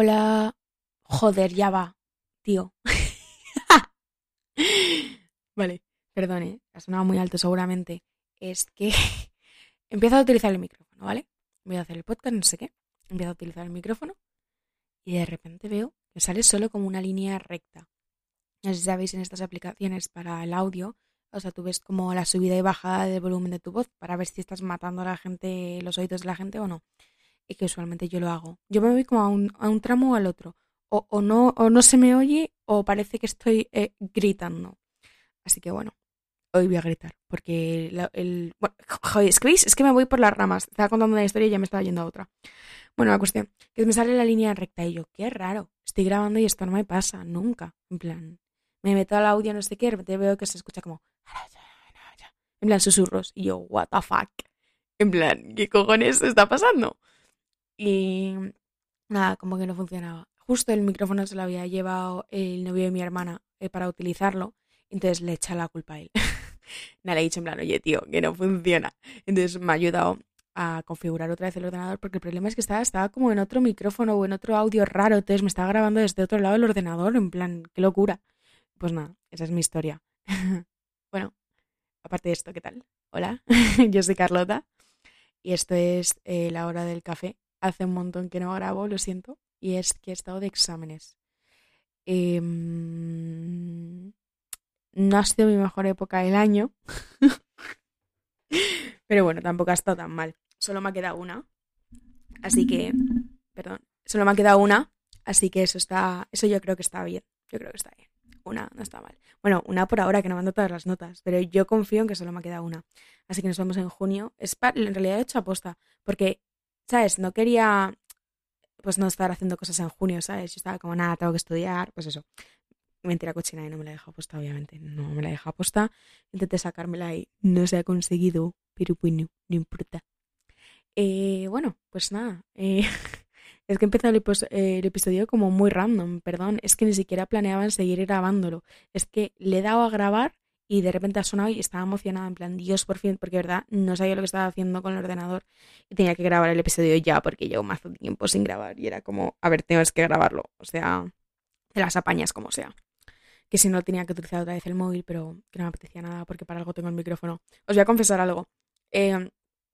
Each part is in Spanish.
Hola. Joder, ya va, tío. Vale, perdone, ha sonado muy alto seguramente. Es que empiezo a utilizar el micrófono, ¿vale? Voy a hacer el podcast, no sé qué. Empiezo a utilizar el micrófono y de repente veo que sale solo como una línea recta. No sé si sabéis en estas aplicaciones para el audio, o sea, tú ves como la subida y bajada del volumen de tu voz para ver si estás matando a la gente, los oídos de la gente o no. Y que usualmente yo lo hago. Yo me voy como a un tramo o al otro. O no se me oye o parece que estoy gritando. Así que bueno, hoy voy a gritar. Porque bueno, joder, es que ¿veis? Es que me voy por las ramas. Estaba contando una historia y ya me estaba yendo a otra. Bueno, la cuestión, que me sale la línea recta y yo, qué raro. Estoy grabando y esto no me pasa nunca. En plan, me meto al audio, no sé qué, de repente veo que se escucha como... En plan, susurros. Y yo, what the fuck. En plan, ¿qué cojones está pasando? Y nada, como que no funcionaba. Justo el micrófono se lo había llevado el novio de mi hermana para utilizarlo. Entonces le echa la culpa a él. Nada, le he dicho en plan, oye, tío, que no funciona. Entonces me ha ayudado a configurar otra vez el ordenador porque el problema es que estaba como en otro micrófono o en otro audio raro. Entonces me estaba grabando desde otro lado del ordenador. En plan, qué locura. Pues nada, esa es mi historia. Bueno, aparte de esto, ¿qué tal? Hola, yo soy Carlota y esto es La Hora del Café. Hace un montón que no grabo, lo siento. Y es que he estado de exámenes. No ha sido mi mejor época del año. Pero bueno, tampoco ha estado tan mal. Solo me ha quedado una. Así que, perdón, solo me ha quedado una. Así que eso yo creo que está bien. Yo creo que está bien. Una no está mal. Bueno, una por ahora que no mando todas las notas. Pero yo confío en que solo me ha quedado una. Así que nos vemos en junio. En realidad he hecho aposta. Porque, ¿sabes? No quería pues no estar haciendo cosas en junio, ¿sabes? Yo estaba como, nada, tengo que estudiar, pues eso. Mentira cochina y no me la he dejado puesta, obviamente. No me la he dejado puesta. Intenté sacármela y no se ha conseguido, pero bueno, no importa. Bueno, pues nada. Es que he empezado el episodio como muy random, perdón. Es que ni siquiera planeaba en seguir grabándolo. Es que le he dado a grabar y de repente ha sonado y estaba emocionada, en plan, Dios, por fin, porque de verdad no sabía lo que estaba haciendo con el ordenador y tenía que grabar el episodio ya porque llevo más tiempo sin grabar y era como, a ver, tengo que grabarlo. O sea, de las apañas como sea. Que si no tenía que utilizar otra vez el móvil, pero que no me apetecía nada porque para algo tengo el micrófono. Os voy a confesar algo. Eh,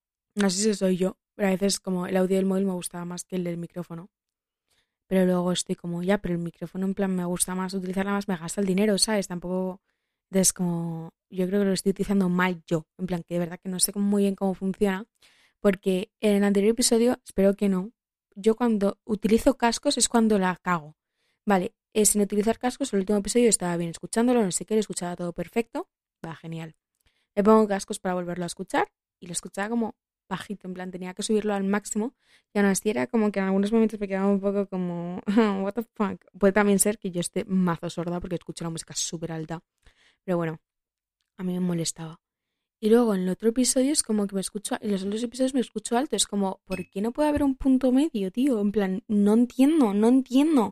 no sé si soy yo, pero a veces como el audio del móvil me gustaba más que el del micrófono. Pero luego estoy como, ya, pero el micrófono en plan me gusta más utilizarla más, me gasta el dinero, ¿sabes? Tampoco... Entonces como, yo creo que lo estoy utilizando mal yo. En plan, que de verdad que no sé muy bien cómo funciona. Porque en el anterior episodio, espero que no, yo cuando utilizo cascos es cuando la cago. Vale, sin utilizar cascos, el último episodio estaba bien escuchándolo, no sé qué, lo escuchaba todo perfecto. Va, genial. Le pongo cascos para volverlo a escuchar y lo escuchaba como bajito, en plan tenía que subirlo al máximo y aún así era como que en algunos momentos me quedaba un poco como what the fuck. Puede también ser que yo esté mazo sorda porque escucho la música súper alta, pero bueno, a mí me molestaba. Y luego en el otro episodio es como que me escucho, en los otros episodios me escucho alto, es como, ¿por qué no puede haber un punto medio, tío? En plan, no entiendo, no entiendo.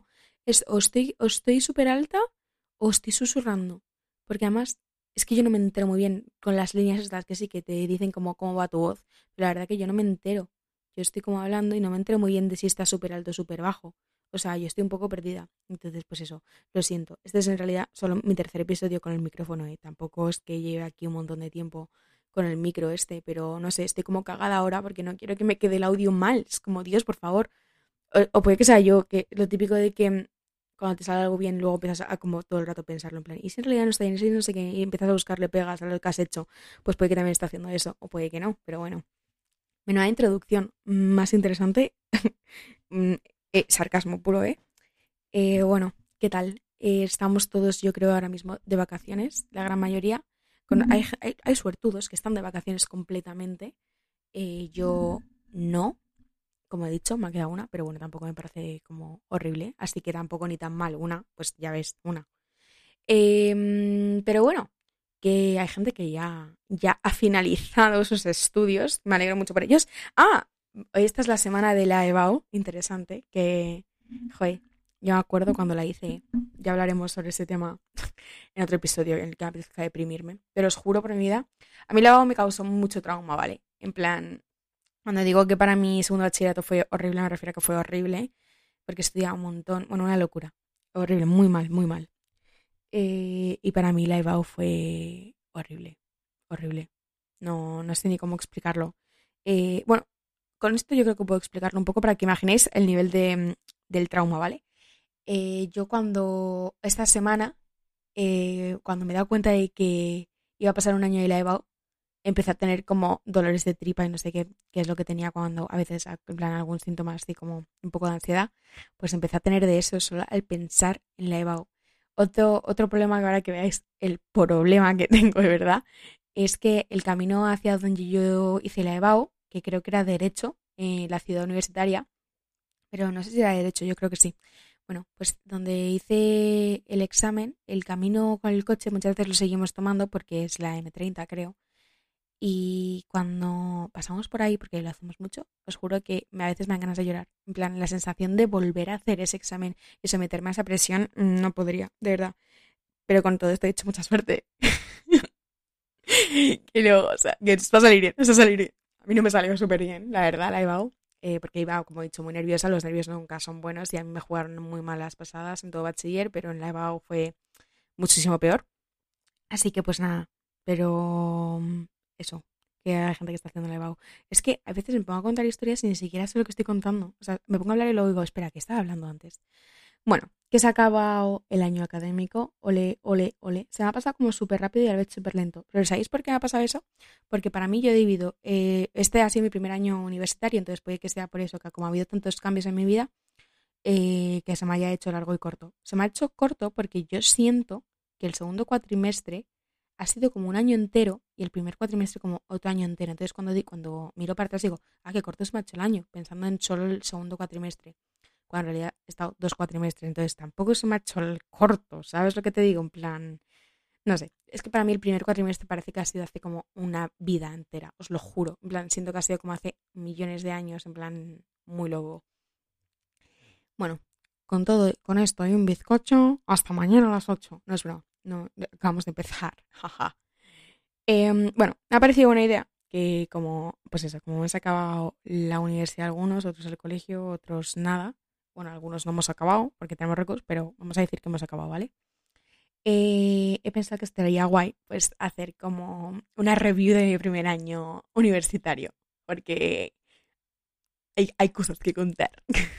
O estoy súper alta o estoy susurrando. Porque además es que yo no me entero muy bien con las líneas estas que sí que te dicen como cómo va tu voz. Pero la verdad que yo no me entero. Yo estoy como hablando y no me entero muy bien de si está súper alto o súper bajo. O sea, yo estoy un poco perdida. Entonces, pues eso, lo siento. Este es en realidad solo mi tercer episodio con el micrófono, ¿eh? Tampoco es que lleve aquí un montón de tiempo con el micro este, pero no sé, estoy como cagada ahora porque no quiero que me quede el audio mal. Es como, Dios, por favor. O puede que sea yo, que lo típico de que cuando te sale algo bien, luego empiezas a como todo el rato pensarlo en plan, y si en realidad no está bien, y si no sé qué, y empiezas a buscarle pegas a lo que has hecho, pues puede que también esté haciendo eso, o puede que no, pero bueno. Menuda introducción más interesante. Mm, sarcasmo puro, ¿eh? Bueno, ¿qué tal? Estamos todos, yo creo, ahora mismo de vacaciones, la gran mayoría. Hay suertudos que están de vacaciones completamente. Yo no, como he dicho, me ha quedado una, pero bueno, tampoco me parece como horrible, así que tampoco ni tan mal una, pues ya ves, una. Pero bueno, que hay gente que ya ha finalizado sus estudios, me alegro mucho por ellos. Ah, hoy esta es la semana de la EBAU, interesante, que, joder, yo me acuerdo cuando la hice, ya hablaremos sobre ese tema en otro episodio en el que me apetezca deprimirme, pero os juro por mi vida, a mí la EBAU me causó mucho trauma, ¿vale? En plan, cuando digo que para mí segundo bachillerato fue horrible, me refiero a que fue horrible, porque estudiaba un montón, bueno, una locura, horrible, muy mal, muy mal. Y para mí la EBAU fue horrible, horrible. No, no sé ni cómo explicarlo. Bueno, con esto yo creo que puedo explicarlo un poco para que imaginéis el nivel del trauma, ¿vale? Yo esta semana, cuando me he dado cuenta de que iba a pasar un año de la EBAU, empecé a tener como dolores de tripa y no sé qué es lo que tenía cuando a veces, en plan, algún síntoma así como un poco de ansiedad, pues empecé a tener de eso solo al pensar en la EBAU. Otro problema que ahora que veáis el problema que tengo de verdad es que el camino hacia donde yo hice la EBAU, que creo que era derecho, la ciudad universitaria, pero no sé si era derecho, yo creo que sí. Bueno, pues donde hice el examen, el camino con el coche muchas veces lo seguimos tomando porque es la M30, creo. Y cuando pasamos por ahí, porque lo hacemos mucho, os juro que a veces me dan ganas de llorar. En plan, la sensación de volver a hacer ese examen y someterme a esa presión, no podría, de verdad. Pero con todo esto he hecho mucha suerte. Y luego, o sea, que esto va a salir bien, esto va a salir bien. A mí no me salió súper bien, la verdad, la EBAU. Porque iba, como he dicho, muy nerviosa. Los nervios nunca son buenos y a mí me jugaron muy malas pasadas en todo bachiller, pero en la EBAU fue muchísimo peor. Así que pues nada, pero eso, que hay gente que está haciendo la EBAU. Es que a veces me pongo a contar historias y ni siquiera sé lo que estoy contando. O sea, me pongo a hablar y luego digo, espera, ¿qué estaba hablando antes? Bueno, que se ha acabado el año académico, ole, ole, ole. Se me ha pasado como súper rápido y a la vez súper lento. ¿Pero sabéis por qué me ha pasado eso? Porque para mí yo he dividido, este ha sido mi primer año universitario, entonces puede que sea por eso, que como ha habido tantos cambios en mi vida, que se me haya hecho largo y corto. Se me ha hecho corto porque yo siento que el segundo cuatrimestre ha sido como un año entero y el primer cuatrimestre como otro año entero. Entonces cuando miro para atrás digo, qué corto se me ha hecho el año, pensando en solo el segundo cuatrimestre, cuando en realidad he estado 2 cuatrimestres, entonces tampoco se me ha hecho el corto, ¿sabes lo que te digo? En plan, no sé, es que para mí el primer cuatrimestre parece que ha sido hace como una vida entera, os lo juro, en plan, siento que ha sido como hace millones de años, en plan, muy loco. Bueno, con esto hay un bizcocho hasta mañana a las 8. No es broma, no, acabamos de empezar, jaja. Bueno, me ha parecido buena idea que como, pues eso, como hemos acabado la universidad algunos, otros el colegio, otros nada. Bueno, algunos no hemos acabado porque tenemos recursos, pero vamos a decir que hemos acabado, ¿vale? He pensado que estaría guay, pues, hacer como una review de mi primer año universitario, porque hay cosas que contar.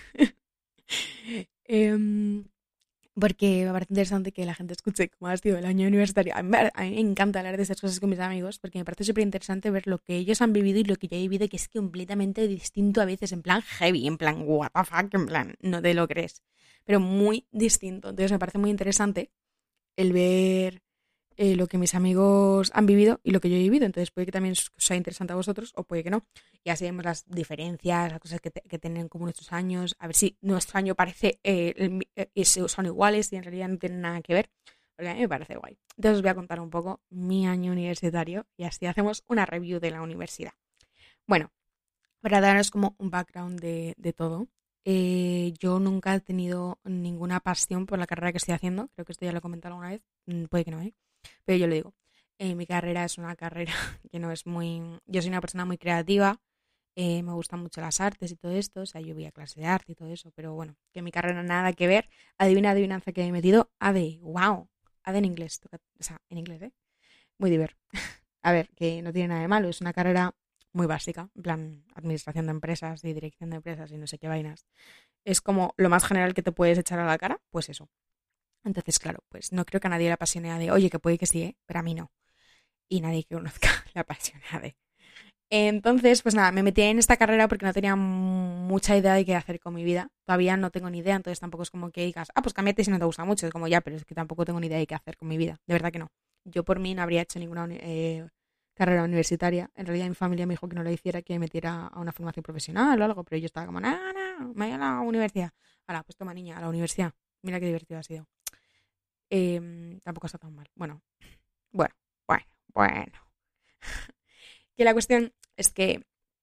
Em, Porque me parece interesante que la gente escuche cómo ha sido el año universitario. A mí me encanta hablar de estas cosas con mis amigos porque me parece súper interesante ver lo que ellos han vivido y lo que yo he vivido, que es completamente distinto a veces, en plan heavy, en plan what the fuck, en plan no te lo crees, pero muy distinto. Entonces me parece muy interesante el ver lo que mis amigos han vivido y lo que yo he vivido. Entonces puede que también os sea interesante a vosotros o puede que no. Y así vemos las diferencias, las cosas que tienen en común estos años. A ver si nuestro año parece son iguales y en realidad no tienen nada que ver. Porque a mí me parece guay. Entonces os voy a contar un poco mi año universitario y así hacemos una review de la universidad. Bueno, para daros como un background de todo. Yo nunca he tenido ninguna pasión por la carrera que estoy haciendo. Creo que esto ya lo he comentado alguna vez. Puede que no, ¿eh? Pero yo lo digo. Mi carrera es una carrera que no es muy... Yo soy una persona muy creativa. Me gustan mucho las artes y todo esto. O sea, yo voy a clase de arte y todo eso. Pero bueno, que mi carrera nada que ver. Adivina, adivinanza que me he metido. AD. ¡Wow! AD en inglés. O sea, en inglés, ¿eh? Muy divertido. A ver, que no tiene nada de malo. Es una carrera muy básica. En plan, administración de empresas y dirección de empresas y no sé qué vainas. Es como lo más general que te puedes echar a la cara. Pues eso. Entonces, claro, pues no creo que a nadie le apasione de, oye, que puede que sí, ¿eh? Pero a mí no. Y nadie que conozca le apasione de. Entonces, pues nada, me metí en esta carrera porque no tenía mucha idea de qué hacer con mi vida. Todavía no tengo ni idea, entonces tampoco es como que digas, pues cámbiate si no te gusta mucho. Es como ya, pero es que tampoco tengo ni idea de qué hacer con mi vida. De verdad que no. Yo por mí no habría hecho ninguna carrera universitaria. En realidad mi familia me dijo que no lo hiciera, que me metiera a una formación profesional o algo, pero yo estaba como, no, no, me voy a la universidad. Ahora, pues toma niña, a la universidad. Mira qué divertido ha sido. Tampoco está tan mal. Bueno, bueno. Que la cuestión es que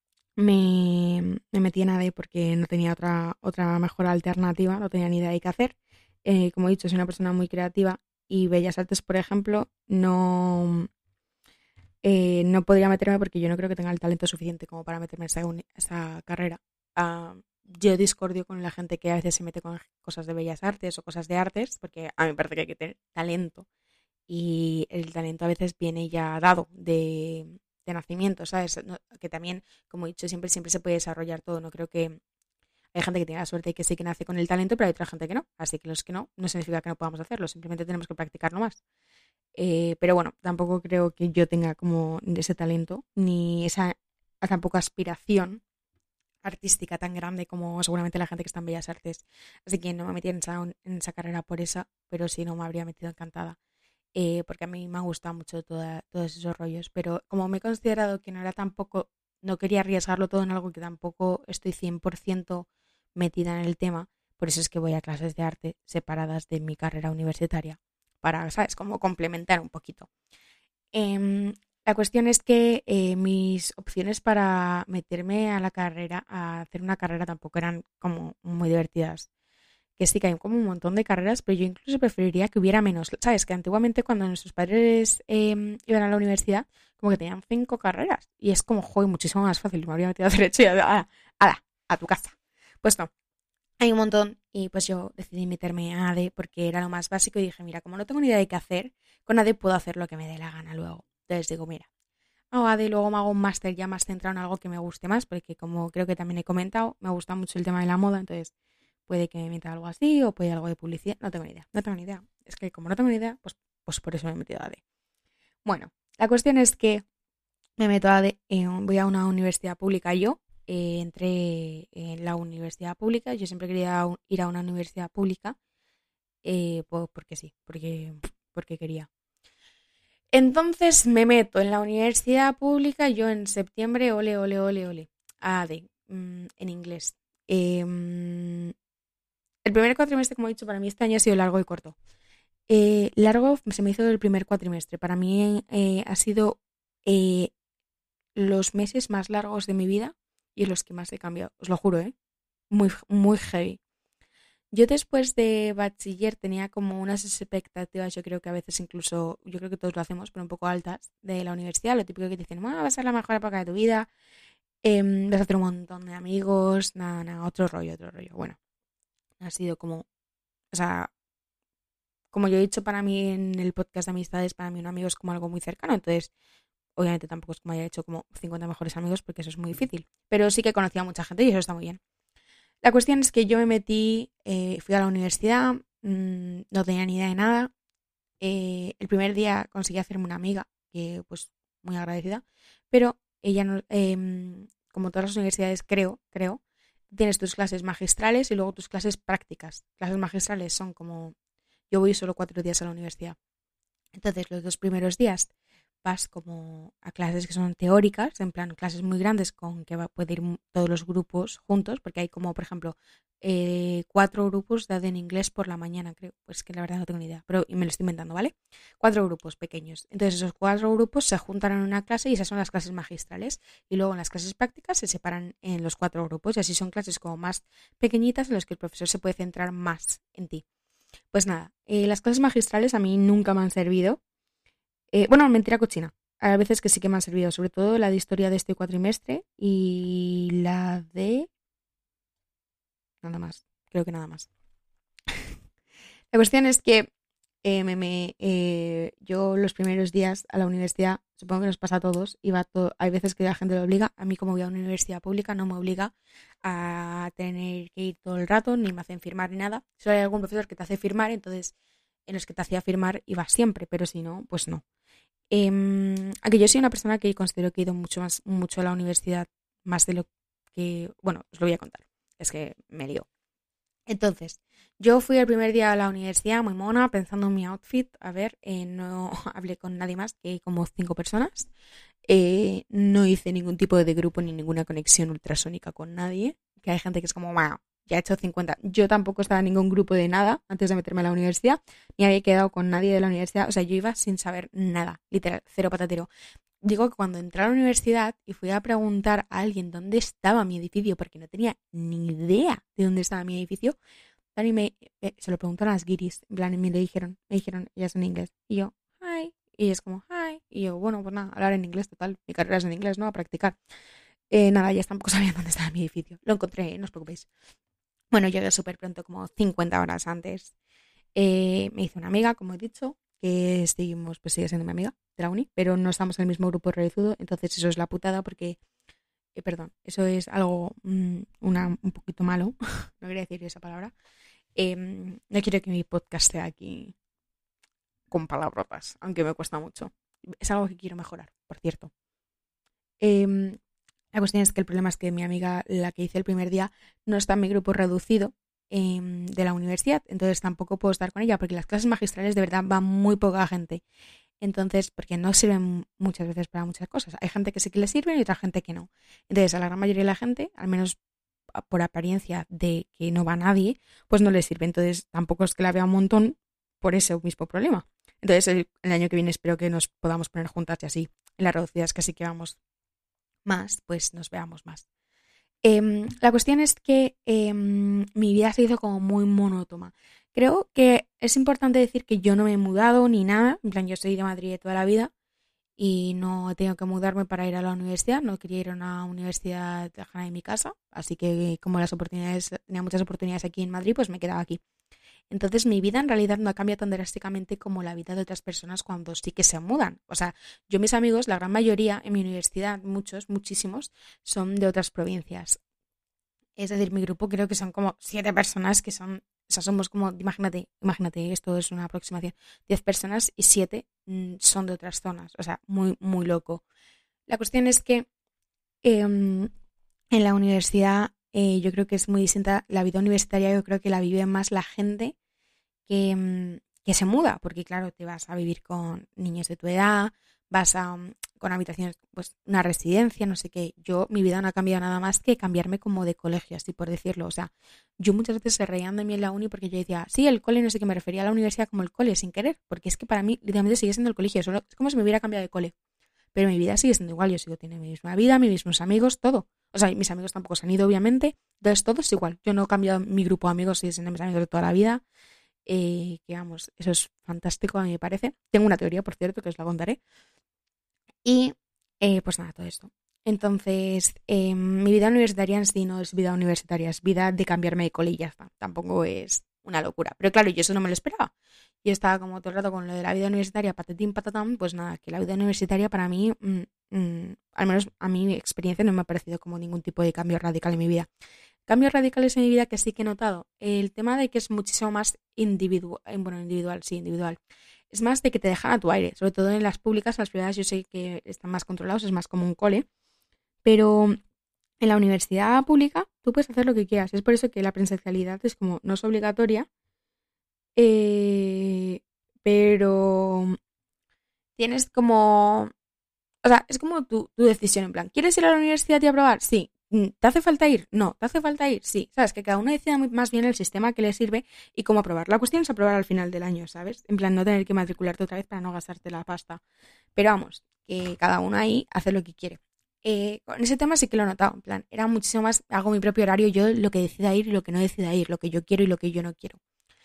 me metí en AD porque no tenía otra mejor alternativa, no tenía ni idea de qué hacer. Como he dicho, soy una persona muy creativa y Bellas Artes, por ejemplo, no podría meterme porque yo no creo que tenga el talento suficiente como para meterme en esa carrera. yo discordio con la gente que a veces se mete con cosas de bellas artes o cosas de artes, porque a mí me parece que hay que tener talento. Y el talento a veces viene ya dado de nacimiento, ¿sabes? Que también, como he dicho, siempre se puede desarrollar todo. No creo que hay gente que tiene la suerte y que sí que nace con el talento, pero hay otra gente que no. Así que los que no significa que no podamos hacerlo, simplemente tenemos que practicarlo más. Pero bueno, tampoco creo que yo tenga como ese talento, ni esa tampoco aspiración artística tan grande como seguramente la gente que está en Bellas Artes. Así que no me metí en esa carrera por esa, pero sí no me habría metido encantada. Porque a mí me ha gustado mucho todos esos rollos. Pero como me he considerado que no era tampoco, no quería arriesgarlo todo en algo que tampoco estoy 100% metida en el tema, por eso es que voy a clases de arte separadas de mi carrera universitaria, para, ¿sabes?, como complementar un poquito. Em, la cuestión es que mis opciones para meterme a la carrera, a hacer una carrera, tampoco eran como muy divertidas. Que sí que hay como un montón de carreras, pero yo incluso preferiría que hubiera menos. ¿Sabes? Que antiguamente cuando nuestros padres iban a la universidad, como que tenían 5 carreras. Y es como, joder, muchísimo más fácil. Me habría metido a derecho y a tu casa. Pues no, hay un montón y pues yo decidí meterme a ADE porque era lo más básico y dije, mira, como no tengo ni idea de qué hacer, con ADE puedo hacer lo que me dé la gana luego. Entonces digo, mira, hago ADE y luego me hago un máster ya más centrado en algo que me guste más, porque como creo que también he comentado, me gusta mucho el tema de la moda, entonces puede que me meta algo así o puede algo de publicidad, no tengo ni idea, no tengo ni idea. Es que como no tengo ni idea, pues por eso me he metido a ADE. Bueno, la cuestión es que me meto a ADE, voy a una universidad pública yo, entré en la universidad pública, yo siempre quería ir a una universidad pública, porque sí, porque quería. Entonces me meto en la universidad pública, yo en septiembre, ole, ADE, en inglés. El primer cuatrimestre, como he dicho, para mí este año ha sido largo y corto. Largo se me hizo el primer cuatrimestre. Para mí ha sido eh, los meses más largos de mi vida y los que más he cambiado. Os lo juro, ¿eh? Muy, muy heavy. Yo después de bachiller tenía como unas expectativas, yo creo que a veces incluso, yo creo que todos lo hacemos, pero un poco altas, de la universidad. Lo típico que te dicen, va a ser la mejor época de tu vida, vas a hacer un montón de amigos, nada, otro rollo, otro rollo. Bueno, ha sido como, o sea, como yo he dicho para mí en el podcast de amistades, para mí un amigo es como algo muy cercano, entonces obviamente tampoco es como haya hecho como 50 mejores amigos porque eso es muy difícil, pero sí que conocí a mucha gente y eso está muy bien. La cuestión es que yo me metí, fui a la universidad, no tenía ni idea de nada. El primer día conseguí hacerme una amiga, que pues muy agradecida, pero ella no, como todas las universidades creo, tienes tus clases magistrales y luego tus clases prácticas. Clases magistrales son como, yo voy solo 4 días a la universidad. Entonces los 2 primeros días vas como a clases que son teóricas, en plan clases muy grandes con que puede ir todos los grupos juntos, porque hay como, por ejemplo, 4 grupos de en inglés por la mañana, creo. Pues que la verdad no tengo ni idea, pero me lo estoy inventando, ¿vale? 4 grupos pequeños. Entonces esos 4 grupos se juntan en una clase y esas son las clases magistrales. Y luego en las clases prácticas se separan en los 4 grupos y así son clases como más pequeñitas en las que el profesor se puede centrar más en ti. Pues nada, las clases magistrales a mí nunca me han servido. Bueno, mentira cochina. A veces que sí que me han servido, sobre todo la de historia de este cuatrimestre y la de... Nada más, creo que nada más. La cuestión es que yo los primeros días a la universidad, supongo que nos pasa a todos, hay veces que la gente lo obliga, a mí como voy a una universidad pública no me obliga a tener que ir todo el rato, ni me hacen firmar ni nada. Solo hay algún profesor que te hace firmar, entonces en los que te hacía firmar iba siempre, pero si no, pues no. Aunque yo soy una persona que considero que he ido mucho a la universidad, más de lo que... Bueno, os lo voy a contar, es que me lío. Entonces, yo fui el primer día a la universidad muy mona, pensando en mi outfit. A ver, no hablé con nadie más que como 5 personas. No hice ningún tipo de grupo ni ninguna conexión ultrasónica con nadie. Que hay gente que es como, wow, ya he hecho 50. Yo tampoco estaba en ningún grupo de nada antes de meterme a la universidad, ni había quedado con nadie de la universidad. O sea, yo iba sin saber nada, literal, cero patatero. Digo que cuando entré a la universidad y fui a preguntar a alguien dónde estaba mi edificio, porque no tenía ni idea de dónde estaba mi edificio, Dani se lo preguntaron a las guiris, en plan, y me dijeron, ellas en inglés, y yo, hi, y es como, hi, y yo, bueno, pues nada, hablar en inglés, total, mi carrera es en inglés, ¿no? A practicar. Nada, ya tampoco sabía dónde estaba mi edificio. Lo encontré, no os preocupéis. Bueno, llegué súper pronto, como 50 horas antes. Me hice una amiga, como he dicho, que seguimos, pues sigue siendo mi amiga de la uni, pero no estamos en el mismo grupo reducido, entonces eso es la putada porque, perdón, eso es algo un poquito malo, no quería decir esa palabra. No quiero que mi podcast sea aquí con palabrotas, aunque me cuesta mucho. Es algo que quiero mejorar, por cierto. Em, la cuestión es que el problema es que mi amiga, la que hice el primer día, no está en mi grupo reducido de la universidad, entonces tampoco puedo estar con ella porque las clases magistrales de verdad va muy poca gente. Entonces, porque no sirven muchas veces para muchas cosas. Hay gente que sí que le sirven y otra gente que no. Entonces, a la gran mayoría de la gente, al menos por apariencia de que no va nadie, pues no le sirve. Entonces, tampoco es que la vea un montón por ese mismo problema. Entonces, el año que viene espero que nos podamos poner juntas y así, en las reducidas que sí que vamos más, pues nos veamos más. La cuestión es que mi vida se hizo como muy monótona. Creo que es importante decir que yo no me he mudado ni nada. En plan, yo soy de Madrid de toda la vida y no he tenido que mudarme para ir a la universidad. No quería ir a una universidad lejana de mi casa. Así que como tenía muchas oportunidades aquí en Madrid, pues me quedaba aquí. Entonces mi vida en realidad no cambia tan drásticamente como la vida de otras personas cuando sí que se mudan. O sea, yo mis amigos, la gran mayoría en mi universidad, muchos, muchísimos, son de otras provincias. Es decir, mi grupo creo que son como 7 personas que son, o sea, somos como, imagínate, esto es una aproximación, 10 personas y 7 son de otras zonas. O sea, muy, muy loco. La cuestión es que en la universidad yo creo que es muy distinta. La vida universitaria yo creo que la vive más la gente que se muda, porque claro, te vas a vivir con niños de tu edad, vas a con habitaciones, pues una residencia, no sé qué. Yo, mi vida no ha cambiado nada más que cambiarme como de colegio, así por decirlo. O sea, yo muchas veces se reían de mí en la uni porque yo decía, sí, el cole, no sé qué, me refería a la universidad como el cole, sin querer, porque es que para mí literalmente sigue siendo el colegio, solo es como si me hubiera cambiado de cole. Pero mi vida sigue siendo igual, yo sigo teniendo mi misma vida, mis mismos amigos, todo. O sea, mis amigos tampoco se han ido, obviamente, entonces todo es igual. Yo no he cambiado mi grupo de amigos, sigue siendo mis amigos de toda la vida. Que vamos, eso es fantástico a mí me parece. Tengo una teoría, por cierto, que os la contaré. Y pues nada, todo esto. Entonces, mi vida universitaria en sí no es vida universitaria, es vida de cambiarme de cole y ya está. Tampoco es una locura. Pero claro, yo eso no me lo esperaba. Yo estaba como todo el rato con lo de la vida universitaria, patatín, patatán, pues nada, que la vida universitaria para mí, al menos a mi experiencia, no me ha parecido como ningún tipo de cambio radical en mi vida. Cambios radicales en mi vida que sí que he notado. El tema de que es muchísimo más individual, bueno, individual, sí, individual. Es más de que te dejan a tu aire, sobre todo en las públicas, las privadas yo sé que están más controlados, es más como un cole, pero en la universidad pública tú puedes hacer lo que quieras. Es por eso que la presencialidad es como, no es obligatoria, eh, pero tienes como, o sea, es como tu decisión en plan, ¿quieres ir a la universidad y aprobar? Sí. ¿Te hace falta ir? No. ¿Te hace falta ir? Sí. ¿Sabes? Que cada uno decida más bien el sistema que le sirve y cómo aprobar. La cuestión es aprobar al final del año, ¿sabes? En plan, no tener que matricularte otra vez para no gastarte la pasta. Pero vamos, que cada uno ahí hace lo que quiere. Con ese tema sí que lo he notado. En plan, era muchísimo más, hago mi propio horario, yo lo que decida ir y lo que no decida ir, lo que yo quiero y lo que yo no quiero.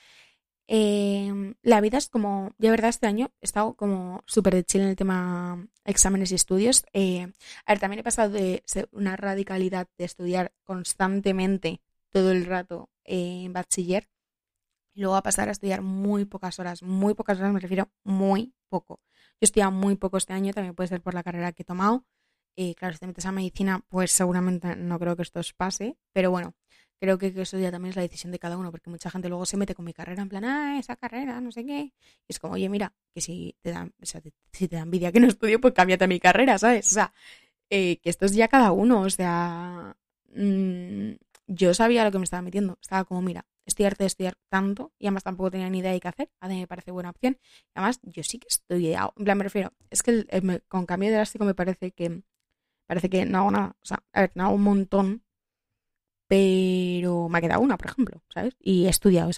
La vida es como, de verdad este año he estado como súper de chill en el tema exámenes y estudios. A ver, también he pasado de ser una radicalidad de estudiar constantemente todo el rato en bachiller, y luego a pasar a estudiar muy pocas horas me refiero muy poco. Yo he estudiado muy poco este año, también puede ser por la carrera que he tomado. Claro, si te metes a medicina, pues seguramente no creo que esto os pase, pero bueno, creo que eso ya también es la decisión de cada uno, porque mucha gente luego se mete con mi carrera en plan, esa carrera, no sé qué. Y es como, oye, mira, que si te da, o sea, si te da envidia que no estudio, pues cámbiate mi carrera, ¿sabes? O sea, que esto es ya cada uno, o sea, yo sabía lo que me estaba metiendo, estaba como, mira, estoy harta de estudiar tanto y además tampoco tenía ni idea de qué hacer, a mí me parece buena opción. Y además, yo sí que estoy, en plan, me refiero, es que con cambio drástico me parece que no hago nada. O sea, a ver, no hago un montón, pero me ha quedado una, por ejemplo, ¿sabes? Y he estudiado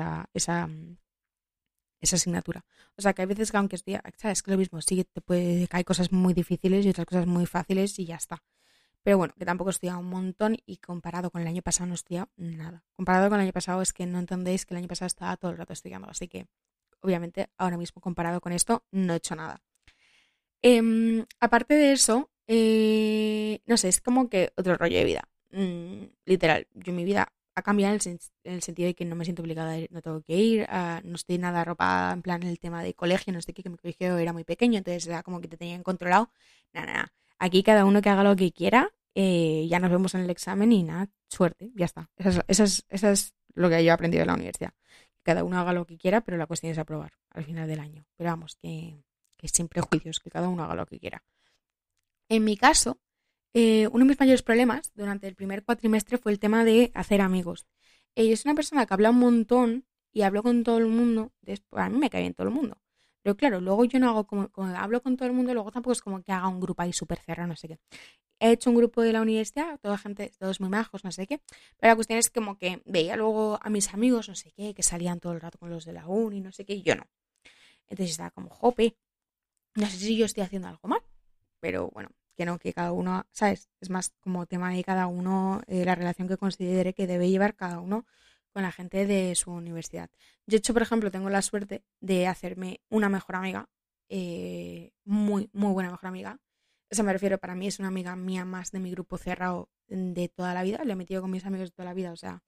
esa asignatura. O sea, que hay veces que aunque estudia, ¿sabes? Que lo mismo, sí que que hay cosas muy difíciles y otras cosas muy fáciles y ya está. Pero bueno, que tampoco he estudiado un montón y comparado con el año pasado no he estudiado nada. Comparado con el año pasado es que no entendéis que el año pasado estaba todo el rato estudiando. Así que, obviamente, ahora mismo comparado con esto, no he hecho nada. Aparte de eso, No sé, es como que otro rollo de vida. Literal, yo mi vida ha cambiado en el sentido de que no me siento obligada a ir, no tengo que ir, no estoy nada arropada en plan el tema de colegio, no sé qué, que mi colegio era muy pequeño, entonces era como que te tenían controlado. Nada, nada. Aquí cada uno que haga lo que quiera, ya nos vemos en el examen y nada, suerte, ya está. Eso es lo que yo he aprendido en la universidad. Cada uno haga lo que quiera, pero la cuestión es aprobar al final del año. Pero vamos, que sin prejuicios, que cada uno haga lo que quiera. En mi caso, uno de mis mayores problemas durante el primer cuatrimestre fue el tema de hacer amigos. Yo soy una persona que habla un montón y hablo con todo el mundo. A mí me cae bien todo el mundo. Pero claro, luego yo no hago como hablo con todo el mundo, luego tampoco es como que haga un grupo ahí súper cerrado, no sé qué. He hecho un grupo de la universidad, toda gente, todos muy majos, no sé qué. Pero la cuestión es como que veía luego a mis amigos, no sé qué, que salían todo el rato con los de la uni, no sé qué, y yo no. Entonces estaba como, jope, no sé si yo estoy haciendo algo mal, pero bueno, que no, que cada uno, ¿sabes? Es más como tema de cada uno, la relación que considere que debe llevar cada uno con la gente de su universidad. Yo, de hecho, por ejemplo, tengo la suerte de hacerme una mejor amiga, muy, muy buena mejor amiga. O sea, me refiero, para mí es una amiga mía más de mi grupo cerrado de toda la vida. Le he metido con mis amigos de toda la vida, o sea,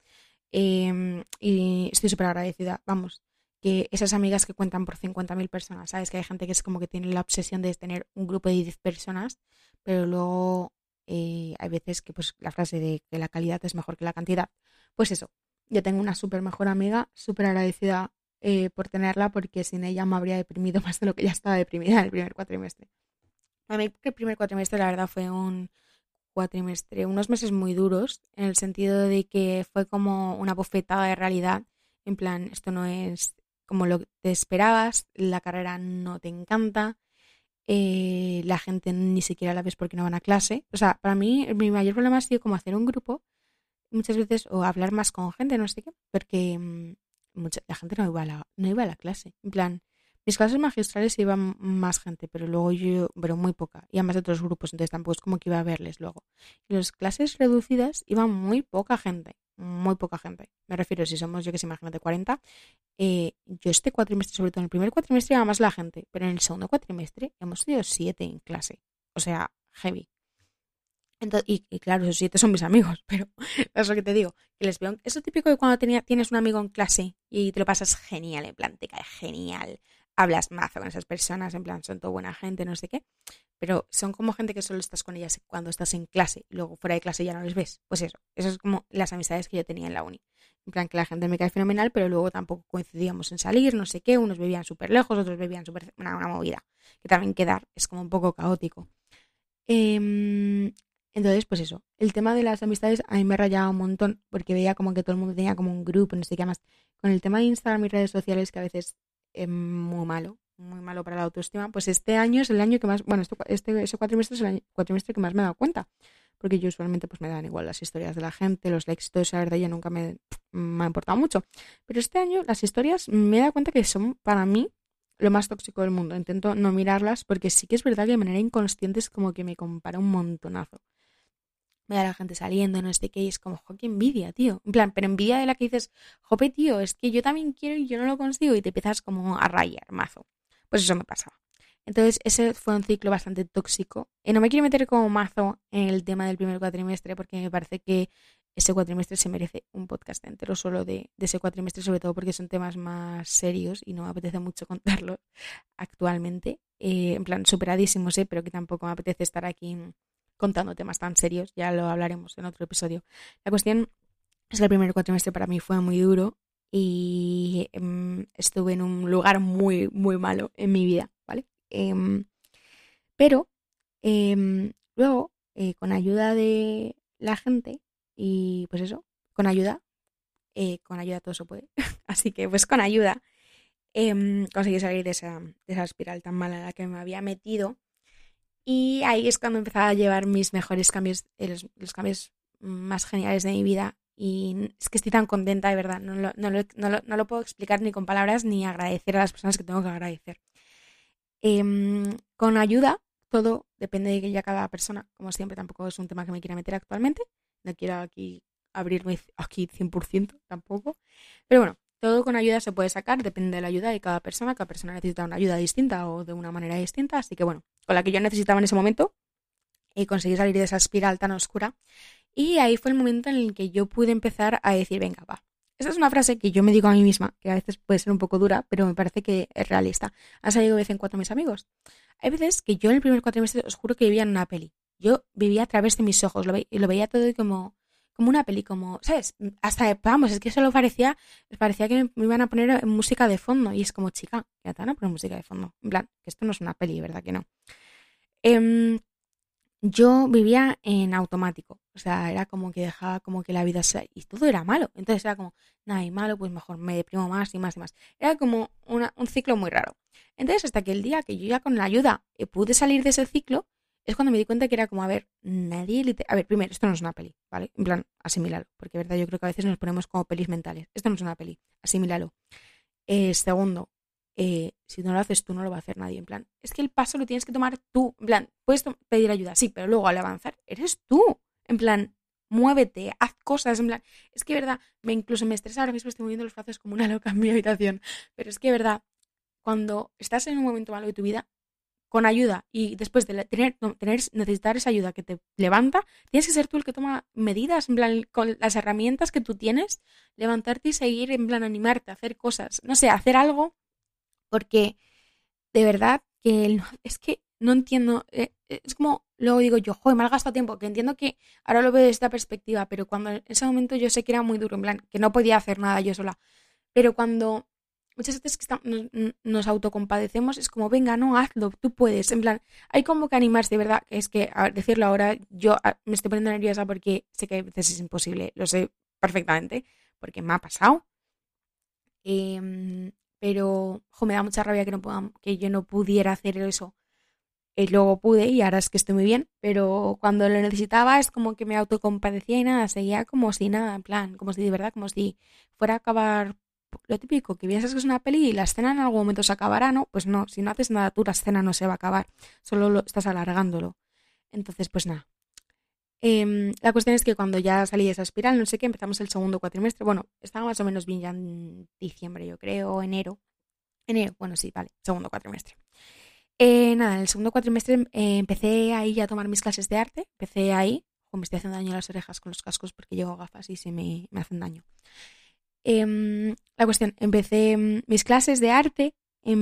y estoy súper agradecida, vamos, que esas amigas que cuentan por 50.000 personas, ¿sabes? Que hay gente que es como que tiene la obsesión de tener un grupo de 10 personas, pero luego hay veces que pues la frase de que la calidad es mejor que la cantidad, pues eso, yo tengo una súper mejor amiga, súper agradecida por tenerla, porque sin ella me habría deprimido más de lo que ya estaba deprimida en el primer cuatrimestre. A mí el primer cuatrimestre la verdad fue un cuatrimestre, unos meses muy duros, en el sentido de que fue como una bofetada de realidad, en plan, esto no es como lo que te esperabas, la carrera no te encanta, la gente ni siquiera la ves porque no van a clase. O sea, para mí mi mayor problema ha sido como hacer un grupo muchas veces o hablar más con gente, no sé qué, porque la gente no iba a la clase. En plan, mis clases magistrales iban más gente, pero luego pero muy poca, y además de otros grupos, entonces tampoco es como que iba a verles luego. Y las clases reducidas iban muy poca gente, muy poca gente. Me refiero, si somos, yo que sé, imagínate, 40, yo este cuatrimestre, sobre todo en el primer cuatrimestre iba más la gente, pero en el segundo cuatrimestre hemos sido 7 en clase. O sea, heavy. Entonces, y claro, esos 7 son mis amigos, pero es lo que te digo, que les veo. Es lo típico de cuando tienes un amigo en clase y te lo pasas genial, en plan, te cae genial, hablas mazo con esas personas, en plan, son toda buena gente, no sé qué, pero son como gente que solo estás con ellas cuando estás en clase y luego fuera de clase ya no les ves. Pues eso es como las amistades que yo tenía en la uni. En plan, que la gente me cae fenomenal, pero luego tampoco coincidíamos en salir, no sé qué, unos vivían súper lejos, otros vivían súper. Una movida, que también quedar es como un poco caótico. Em, entonces, pues eso, el tema de las amistades a mí me rayaba un montón porque veía como que todo el mundo tenía como un grupo, no sé qué más. Con el tema de Instagram y redes sociales, que a veces es muy malo para la autoestima, pues este año es el año que más, bueno, ese cuatrimestre es el cuatrimestre que más me he dado cuenta, porque yo usualmente pues me dan igual las historias de la gente, los likes, todo eso, la verdad, ya nunca me ha importado mucho. Pero este año las historias me he dado cuenta que son para mí lo más tóxico del mundo. Intento no mirarlas porque sí que es verdad que de manera inconsciente es como que me compara un montonazo. Ve a la gente saliendo, no sé qué, y es como, jo, qué envidia, tío. En plan, pero envidia de la que dices, jope, tío, es que yo también quiero y yo no lo consigo, y te empiezas como a rayar, mazo. Pues eso me pasaba. Entonces, ese fue un ciclo bastante tóxico. Y no me quiero meter como mazo en el tema del primer cuatrimestre, porque me parece que ese cuatrimestre se merece un podcast entero solo de ese cuatrimestre, sobre todo porque son temas más serios y no me apetece mucho contarlos actualmente. En plan, superadísimos, pero que tampoco me apetece estar aquí contando temas tan serios. Ya lo hablaremos en otro episodio. La cuestión es que el primer cuatrimestre para mí fue muy duro y estuve en un lugar muy, muy malo en mi vida, ¿vale? Pero luego, con ayuda de la gente y pues eso, con ayuda todo se puede. Así que pues con ayuda conseguí salir de esa espiral tan mala en la que me había metido. Y ahí es cuando empezaba a llevar mis mejores cambios, los cambios más geniales de mi vida. Y es que estoy tan contenta, de verdad. No lo puedo explicar ni con palabras ni agradecer a las personas que tengo que agradecer. Con ayuda, todo depende de ya cada persona. Como siempre, tampoco es un tema que me quiera meter actualmente. No quiero aquí abrirme aquí 100% tampoco. Pero bueno, todo con ayuda se puede sacar, depende de la ayuda de cada persona. Cada persona necesita una ayuda distinta o de una manera distinta. Así que bueno, con la que yo necesitaba en ese momento, y conseguí salir de esa espiral tan oscura. Y ahí fue el momento en el que yo pude empezar a decir, venga, va. Esa es una frase que yo me digo a mí misma, que a veces puede ser un poco dura, pero me parece que es realista. Han salido de vez en cuando mis amigos. Hay veces que yo en el primer cuatrimestre os juro que vivía en una peli. Yo vivía a través de mis ojos, lo veía todo como una peli, como, ¿sabes? Hasta, vamos, es que solo parecía que me iban a poner música de fondo. Y es como, chica, ya te van a poner música de fondo. En plan, que esto no es una peli, ¿verdad que no? Yo vivía en automático, o sea, era como que dejaba como que la vida y todo era malo, entonces era como, nada, y malo, pues mejor me deprimo más y más y más. Era como un ciclo muy raro. Entonces, hasta que el día que yo ya con la ayuda pude salir de ese ciclo, es cuando me di cuenta que era como, a ver, a ver, primero, esto no es una peli, ¿vale? En plan, asimílalo, porque verdad, yo creo que a veces nos ponemos como pelis mentales. Esto no es una peli, asimílalo. Segundo, si no lo haces tú, no lo va a hacer nadie. En plan, es que el paso lo tienes que tomar tú. En plan, puedes pedir ayuda, sí, pero luego al avanzar, eres tú. En plan, muévete, haz cosas. En plan, es que verdad, incluso me estresa ahora mismo, estoy moviendo los brazos como una loca en mi habitación. Pero es que verdad, cuando estás en un momento malo de tu vida, con ayuda y después de necesitar esa ayuda que te levanta, tienes que ser tú el que toma medidas, en plan, con las herramientas que tú tienes, levantarte y seguir, en plan, animarte, hacer cosas, no sé, hacer algo, porque de verdad que es que no entiendo, es como, luego digo yo, joder, me ha gastado tiempo, que entiendo que ahora lo veo desde esta perspectiva, pero cuando en ese momento yo sé que era muy duro, en plan, que no podía hacer nada yo sola, pero cuando muchas veces que nos autocompadecemos es como, venga, no, hazlo, tú puedes, en plan, hay como que animarse, de verdad, es que, a ver, decirlo ahora, yo me estoy poniendo nerviosa porque sé que a veces es imposible, lo sé perfectamente, porque me ha pasado, pero me da mucha rabia que yo no pudiera hacer eso. Luego pude y ahora es que estoy muy bien, pero cuando lo necesitaba es como que me autocompadecía y nada, seguía como si nada, en plan, como si de verdad, como si fuera a acabar lo típico, que piensas que es una peli y la escena en algún momento se acabará, ¿no? Pues no, si no haces nada tú, la escena no se va a acabar, solo lo estás alargándolo. Entonces, pues nada. La cuestión es que cuando ya salí de esa espiral, no sé qué, empezamos el segundo cuatrimestre. Bueno, estaba más o menos bien ya en diciembre, yo creo, enero. Enero, bueno, sí, vale, segundo cuatrimestre. Nada, en el segundo cuatrimestre empecé ahí a tomar mis clases de arte. Empecé ahí, me estoy haciendo daño a las orejas con los cascos porque llevo gafas y me hacen daño. La cuestión, empecé mis clases de arte,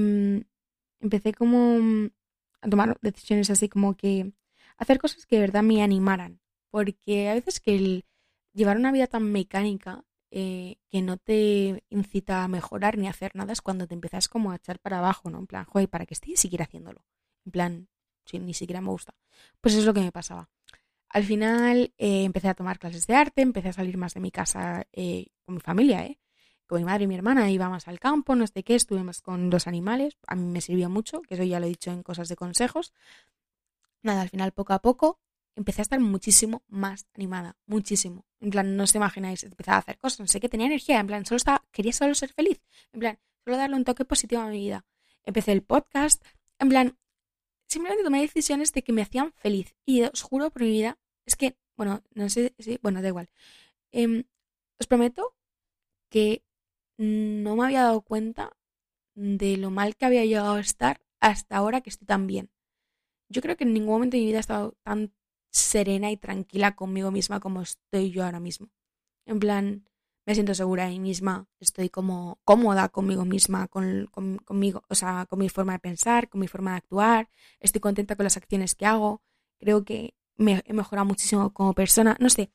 empecé como a tomar decisiones así como que hacer cosas que de verdad me animaran. Porque a veces que el llevar una vida tan mecánica que no te incita a mejorar ni a hacer nada es cuando te empiezas como a echar para abajo, ¿no? En plan, joder, ¿para qué estoy siquiera haciéndolo? En plan, si ni siquiera me gusta. Pues eso es lo que me pasaba. Al final empecé a tomar clases de arte, empecé a salir más de mi casa con mi familia, con mi madre y mi hermana, iba más al campo, no sé qué, estuve más con los animales, a mí me sirvió mucho, que eso ya lo he dicho en cosas de consejos. Nada, al final poco a poco empecé a estar muchísimo más animada, muchísimo. En plan, no os imagináis, empezaba a hacer cosas, no sé qué, tenía energía, en plan, quería solo ser feliz, en plan, solo darle un toque positivo a mi vida. Empecé el podcast, en plan, simplemente tomé decisiones de que me hacían feliz. Y os juro por mi vida, es que, bueno, no sé si, bueno, da igual. Os prometo que no me había dado cuenta de lo mal que había llegado a estar hasta ahora que estoy tan bien. Yo creo que en ningún momento de mi vida he estado tan serena y tranquila conmigo misma como estoy yo ahora mismo. En plan, me siento segura de mí misma, estoy como cómoda conmigo misma, conmigo, o sea, con mi forma de pensar, con mi forma de actuar, estoy contenta con las acciones que hago, creo que he mejorado muchísimo como persona, no sé,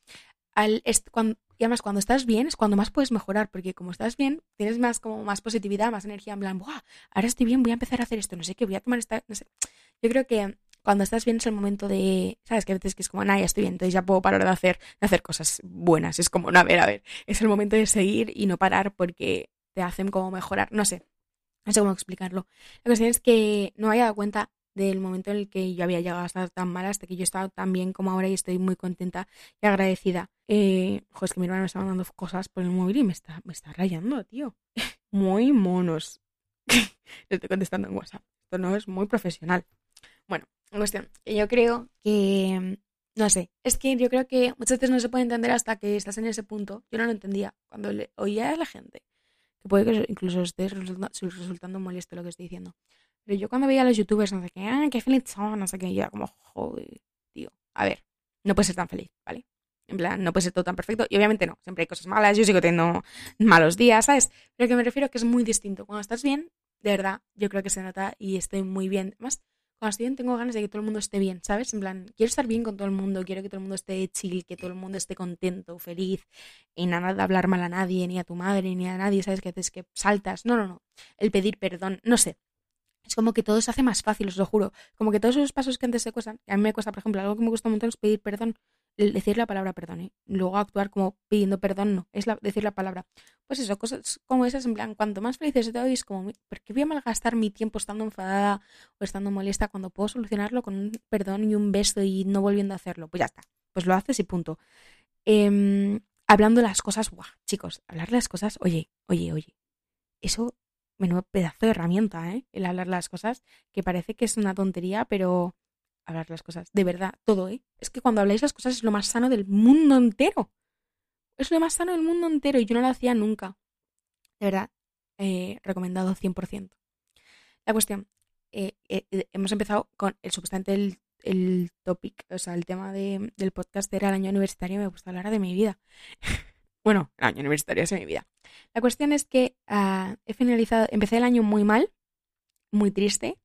y además cuando estás bien es cuando más puedes mejorar, porque como estás bien, tienes más como más positividad, más energía, en plan, ¡buah! Ahora estoy bien, voy a empezar a hacer esto, no sé qué, voy a tomar esta, no sé. Yo creo que cuando estás bien es el momento de, ¿sabes? Que a veces que es como, nah, ya estoy bien, entonces ya puedo parar de hacer cosas buenas. Es como, no, a ver, es el momento de seguir y no parar porque te hacen como mejorar, no sé cómo explicarlo. La cuestión es que no me había dado cuenta del momento en el que yo había llegado a estar tan mal hasta que yo he estado tan bien como ahora y estoy muy contenta y agradecida. Es que mi hermano me está mandando cosas por el móvil y me está rayando, tío. Muy monos. Le estoy contestando en WhatsApp. Esto no es muy profesional. Bueno, en cuestión, que yo creo que, no sé, es que yo creo que muchas veces no se puede entender hasta que estás en ese punto. Yo no lo entendía cuando oía a la gente, que puede que incluso esté resultando molesto lo que estoy diciendo. Pero yo cuando veía a los youtubers, no sé qué, qué feliz son, no sé qué, y era como, joder, tío. a ver, no puedes ser tan feliz, ¿vale? En plan, no puede ser todo tan perfecto. Y obviamente no, siempre hay cosas malas, yo sigo teniendo malos días, ¿sabes? Pero que me refiero que es muy distinto. Cuando estás bien, de verdad, yo creo que se nota y estoy muy bien. Además, cuando estoy bien tengo ganas de que todo el mundo esté bien, ¿sabes? En plan, quiero estar bien con todo el mundo, quiero que todo el mundo esté chill, que todo el mundo esté contento, feliz, y nada de hablar mal a nadie, ni a tu madre, ni a nadie, ¿sabes? Que haces que saltas. No, no, no. El pedir perdón, no sé. Es como que todo se hace más fácil, os lo juro. Como que todos esos pasos que antes se cuestan, que a mí me cuesta, por ejemplo, algo que me gusta un montón es pedir perdón, decir la palabra perdón, ¿eh? Luego actuar como pidiendo perdón, no, es decir la palabra. Pues eso, cosas como esas, en plan, cuanto más felices estoy, es como, ¿por qué voy a malgastar mi tiempo estando enfadada o estando molesta cuando puedo solucionarlo con un perdón y un beso y no volviendo a hacerlo? Pues ya está, pues lo haces y punto. Hablando las cosas, ¡buah! Chicos, hablar las cosas, oye, eso, menudo pedazo de herramienta, ¿eh? El hablar las cosas, que parece que es una tontería, pero hablar las cosas, de verdad, todo, ¿eh? Es que cuando habláis las cosas es lo más sano del mundo entero. Es lo más sano del mundo entero y yo no lo hacía nunca. De verdad, recomendado 100%. La cuestión, hemos empezado con supuestamente el topic, o sea, el tema del podcast era el año universitario y me gusta hablar de mi vida. Bueno, el año universitario es mi vida. La cuestión es que empecé el año muy mal, muy triste,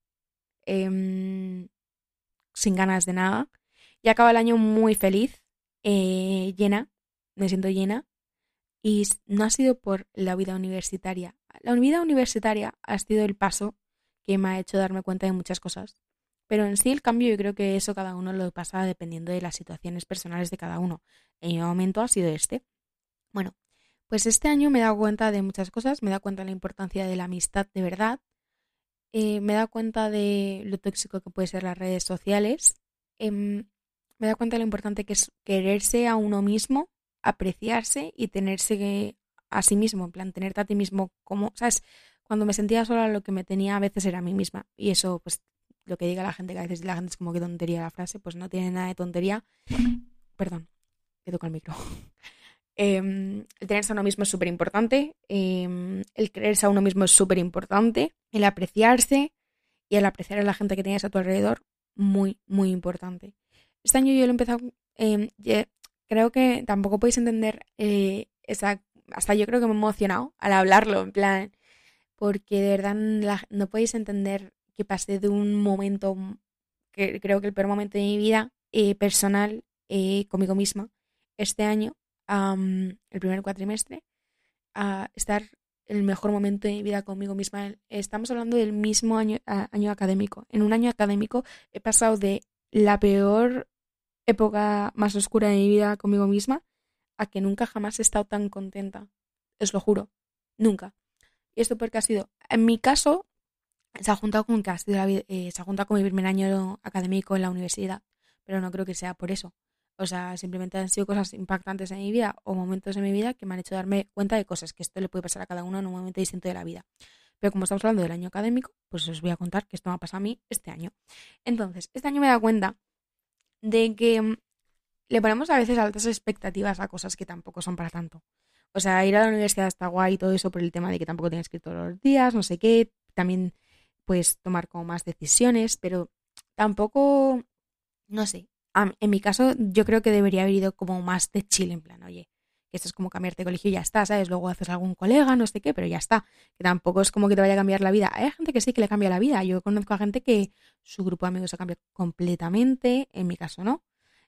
sin ganas de nada, y acabo el año muy feliz, llena, me siento llena, y no ha sido por la vida universitaria. La vida universitaria ha sido el paso que me ha hecho darme cuenta de muchas cosas. Pero en sí el cambio yo creo que eso cada uno lo pasa dependiendo de las situaciones personales de cada uno. En mi momento ha sido este. Bueno, pues este año me he dado cuenta de muchas cosas, me he dado cuenta de la importancia de la amistad de verdad, me he dado cuenta de lo tóxico que puede ser las redes sociales, me he dado cuenta de lo importante que es quererse a uno mismo, apreciarse y tenerse a sí mismo, en plan, tenerte a ti mismo como, ¿sabes? Cuando me sentía sola lo que me tenía a veces era a mí misma y eso, pues, lo que diga la gente, que a veces la gente es como que tontería la frase, pues no tiene nada de tontería. Perdón, que toco el micro. El tenerse a uno mismo es súper importante, el quererse a uno mismo es súper importante, el apreciarse y el apreciar a la gente que tienes a tu alrededor, muy, muy importante. Este año yo lo he empezado, creo que tampoco podéis entender hasta yo creo que me he emocionado al hablarlo, en plan, porque de verdad no podéis entender que pasé de un momento, que creo que el peor momento de mi vida personal conmigo misma, este año, el primer cuatrimestre, a estar el mejor momento de mi vida conmigo misma. Estamos hablando del mismo año académico. En un año académico he pasado de la peor época más oscura de mi vida conmigo misma a que nunca jamás he estado tan contenta. Os lo juro. Nunca. Y esto porque ha sido, en mi caso, se ha juntado con que ha sido se ha juntado con mi primer año académico en la universidad. Pero no creo que sea por eso. O sea, simplemente han sido cosas impactantes en mi vida o momentos en mi vida que me han hecho darme cuenta de cosas, que esto le puede pasar a cada uno en un momento distinto de la vida. Pero como estamos hablando del año académico, pues os voy a contar que esto me ha pasado a mí este año. Entonces, este año me he dado cuenta de que le ponemos a veces altas expectativas a cosas que tampoco son para tanto. O sea, ir a la universidad está guay y todo eso por el tema de que tampoco tienes que ir todos los días, no sé qué. También puedes tomar como más decisiones, pero tampoco, no sé, en mi caso yo creo que debería haber ido como más de chill, en plan, oye, que esto es como cambiarte de colegio y ya está, ¿sabes? Luego haces algún colega, no sé qué, pero ya está. Que tampoco es como que te vaya a cambiar la vida. Hay gente que sí que le cambia la vida. Yo conozco a gente que su grupo de amigos se cambia completamente, en mi caso no.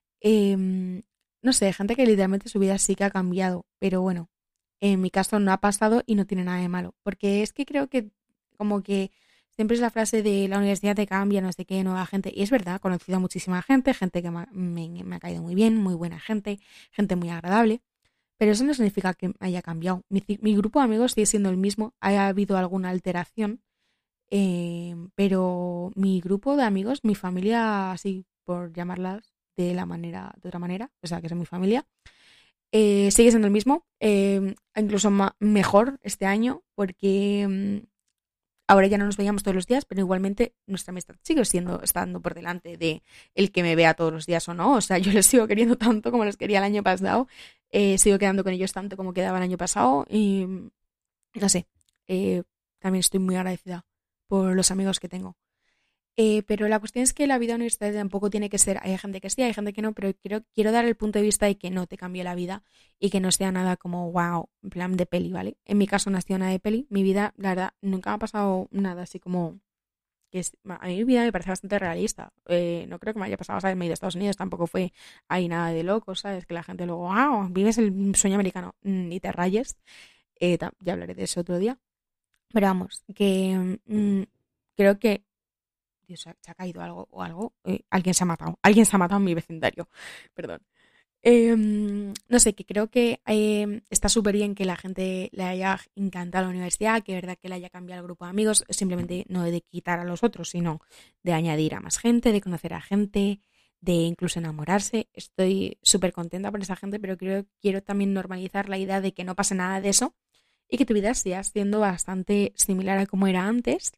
No sé, gente que literalmente su vida sí que ha cambiado, pero bueno, en mi caso no ha pasado y no tiene nada de malo, porque es que creo que como que siempre es la frase de la universidad te cambia, no sé qué, nueva gente, y es verdad, he conocido a muchísima gente, gente que me ha caído muy bien, muy buena gente, gente muy agradable, pero eso no significa que haya cambiado. Mi grupo de amigos sigue siendo el mismo, ha habido alguna alteración, pero mi grupo de amigos, mi familia, así por llamarlas de otra manera, o sea, que es mi familia, sigue siendo el mismo, incluso mejor este año, porque ahora ya no nos veíamos todos los días, pero igualmente nuestra amistad sigue estando por delante de el que me vea todos los días o no. O sea, yo les sigo queriendo tanto como los quería el año pasado, sigo quedando con ellos tanto como quedaba el año pasado y no sé, también estoy muy agradecida por los amigos que tengo. Pero la cuestión es que la vida universitaria tampoco tiene que ser, hay gente que sí, hay gente que no, pero quiero dar el punto de vista de que no te cambie la vida y que no sea nada como wow, en plan de peli, ¿vale? En mi caso no ha sido nada de peli, mi vida, la verdad, nunca me ha pasado nada así como a mí mi vida me parece bastante realista. No creo que me haya pasado, ¿sabes? Me he ido a Estados Unidos, tampoco fue ahí nada de loco, ¿sabes? Que la gente luego, wow, vives el sueño americano, ni te rayes. Ya hablaré de eso otro día. Pero vamos, que creo que Dios, se ha caído algo o algo. Alguien se ha matado. Alguien se ha matado en mi vecindario. Perdón. No sé, que creo que está súper bien que la gente le haya encantado la universidad, que es verdad que le haya cambiado el grupo de amigos, simplemente no de quitar a los otros, sino de añadir a más gente, de conocer a gente, de incluso enamorarse. Estoy súper contenta por esa gente, pero quiero también normalizar la idea de que no pase nada de eso y que tu vida siga siendo bastante similar a como era antes,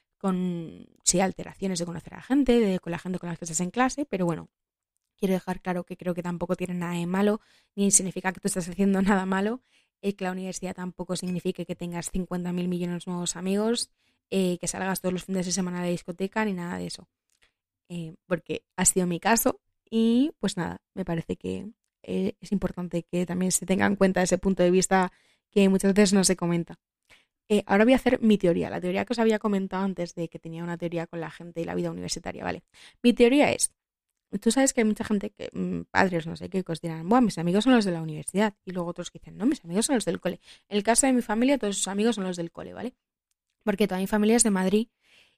con sí alteraciones de conocer a gente, con la gente con la que estás en clase, pero bueno, quiero dejar claro que creo que tampoco tiene nada de malo, ni significa que tú estás haciendo nada malo, que la universidad tampoco significa que tengas 50.000 millones de nuevos amigos, que salgas todos los fines de semana a la discoteca, ni nada de eso. Porque ha sido mi caso y pues nada, me parece que es importante que también se tenga en cuenta ese punto de vista que muchas veces no se comenta. Ahora voy a hacer mi teoría, la teoría que os había comentado antes de que tenía una teoría con la gente y la vida universitaria, ¿vale? Mi teoría es, tú sabes que hay mucha gente que, padres, no sé qué, que os dirán, bueno, mis amigos son los de la universidad. Y luego otros que dicen, no, mis amigos son los del cole. En el caso de mi familia, todos sus amigos son los del cole, ¿vale? Porque toda mi familia es de Madrid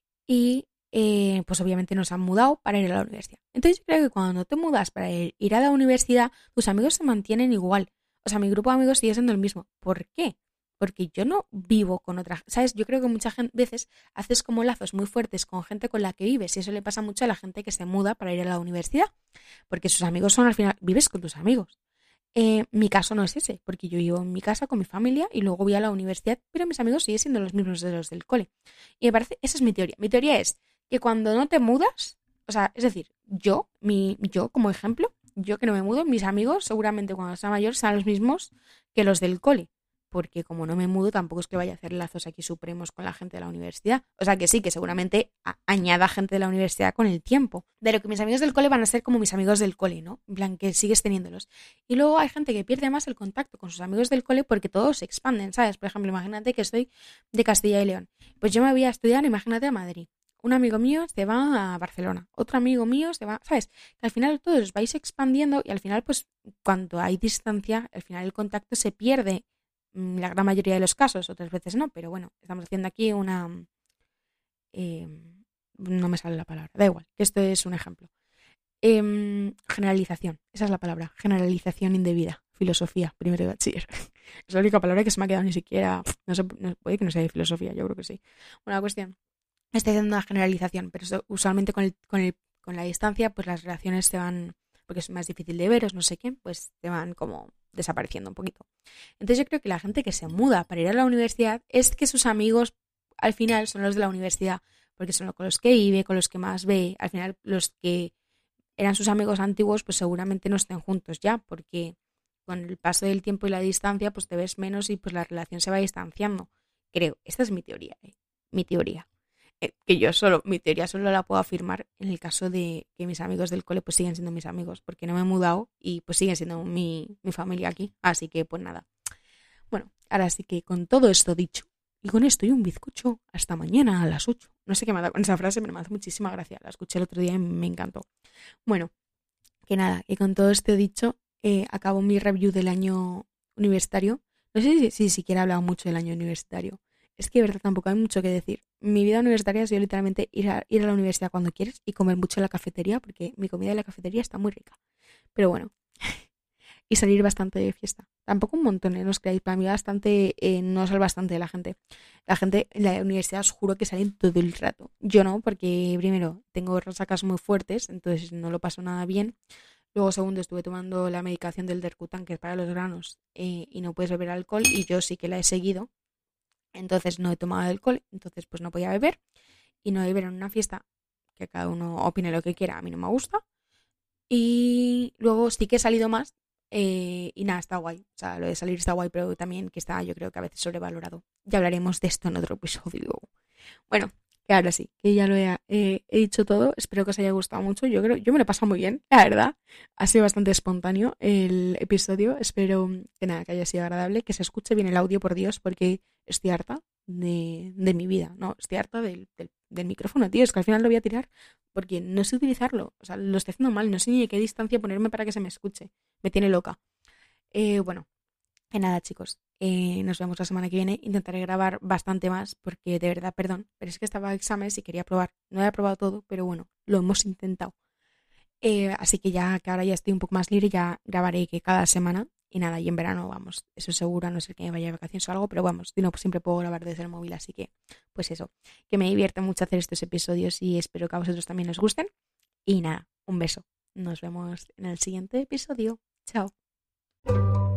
y pues obviamente nos han mudado para ir a la universidad. Entonces yo creo que cuando te mudas para ir a la universidad, tus amigos se mantienen igual. O sea, mi grupo de amigos sigue siendo el mismo. ¿Por qué? Porque yo no vivo con otra, ¿sabes? Yo creo que muchas veces haces como lazos muy fuertes con gente con la que vives y eso le pasa mucho a la gente que se muda para ir a la universidad, porque sus amigos son al final, vives con tus amigos. Mi caso no es ese, porque yo vivo en mi casa con mi familia y luego voy a la universidad, pero mis amigos siguen siendo los mismos de los del cole. Y me parece, esa es mi teoría. Mi teoría es que cuando no te mudas, o sea, es decir, yo como ejemplo, yo que no me mudo, mis amigos seguramente cuando sea mayor serán los mismos que los del cole, porque como no me mudo tampoco es que vaya a hacer lazos aquí supremos con la gente de la universidad. O sea que sí, que seguramente añada gente de la universidad con el tiempo. De lo que mis amigos del cole van a ser como mis amigos del cole, ¿no? En plan, que sigues teniéndolos. Y luego hay gente que pierde más el contacto con sus amigos del cole porque todos se expanden, ¿sabes? Por ejemplo, imagínate que estoy de Castilla y León. Pues yo me voy a estudiar, imagínate, a Madrid. Un amigo mío se va a Barcelona, otro amigo mío se va, ¿sabes? Que al final todos os vais expandiendo y al final, pues, cuando hay distancia, al final el contacto se pierde la gran mayoría de los casos, otras veces no, pero bueno, estamos haciendo aquí una... eh, no me sale la palabra, da igual, que esto es un ejemplo. Generalización, esa es la palabra, generalización indebida, filosofía, primero de bachiller. Es la única palabra que se me ha quedado, ni siquiera, no sé, puede que no sea de filosofía, yo creo que sí. Bueno, la cuestión, estoy haciendo una generalización, pero usualmente con la distancia, pues las relaciones se van, porque es más difícil de veros, no sé qué, pues se van como desapareciendo un poquito. Entonces yo creo que la gente que se muda para ir a la universidad es que sus amigos al final son los de la universidad, porque son con los que vive, con los que más ve, al final los que eran sus amigos antiguos, pues seguramente no estén juntos ya, porque con el paso del tiempo y la distancia, pues te ves menos y pues la relación se va distanciando. Creo, esta es mi teoría, mi teoría. Que yo solo, mi teoría solo la puedo afirmar en el caso de que mis amigos del cole pues siguen siendo mis amigos, porque no me he mudado y pues siguen siendo mi familia aquí. Así que pues nada. Bueno, ahora sí que con todo esto dicho, y con esto y un bizcocho, hasta mañana a las 8. No sé qué me ha dado con esa frase, pero me hace muchísima gracia. La escuché el otro día y me encantó. Bueno, que nada, que con todo esto dicho, acabo mi review del año universitario. No sé si siquiera he hablado mucho del año universitario. Es que de verdad tampoco hay mucho que decir. Mi vida universitaria ha sido literalmente ir a la universidad cuando quieres y comer mucho en la cafetería, porque mi comida en la cafetería está muy rica. Pero bueno, y salir bastante de fiesta. Tampoco un montón, no os creáis, para mí bastante, no sale bastante de la gente. La gente en la universidad os juro que salen todo el rato. Yo no, porque primero tengo resacas muy fuertes, entonces no lo paso nada bien. Luego, segundo, estuve tomando la medicación del Dercutan, que es para los granos, y no puedes beber alcohol, y yo sí que la he seguido. Entonces no he tomado alcohol, entonces pues no podía beber. Y no beber en una fiesta, que cada uno opine lo que quiera, a mí no me gusta. Y luego sí que he salido más, y nada, está guay. O sea, lo de salir está guay, pero también que está, yo creo que a veces sobrevalorado. Ya hablaremos de esto en otro episodio. Bueno, que ahora sí, que ya he dicho todo. Espero que os haya gustado mucho. Yo me lo he pasado muy bien, la verdad. Ha sido bastante espontáneo el episodio. Espero que nada, que haya sido agradable, que se escuche bien el audio, por Dios, porque estoy harta de mi vida. No, estoy harta del micrófono, tío. Es que al final lo voy a tirar porque no sé utilizarlo. O sea, lo estoy haciendo mal. No sé ni de qué distancia ponerme para que se me escuche. Me tiene loca. Bueno, que nada, chicos. Nos vemos la semana que viene. Intentaré grabar bastante más porque de verdad, perdón, pero es que estaba de exámenes y quería probar. No he probado todo, pero bueno, lo hemos intentado. Así que ya que ahora ya estoy un poco más libre, ya grabaré que cada semana. Y nada, y en verano vamos, eso seguro, a no ser que me vaya de vacaciones o algo, pero vamos, si no, pues siempre puedo grabar desde el móvil, así que, pues eso, que me divierte mucho hacer estos episodios y espero que a vosotros también os gusten. Y nada, un beso. Nos vemos en el siguiente episodio. Chao.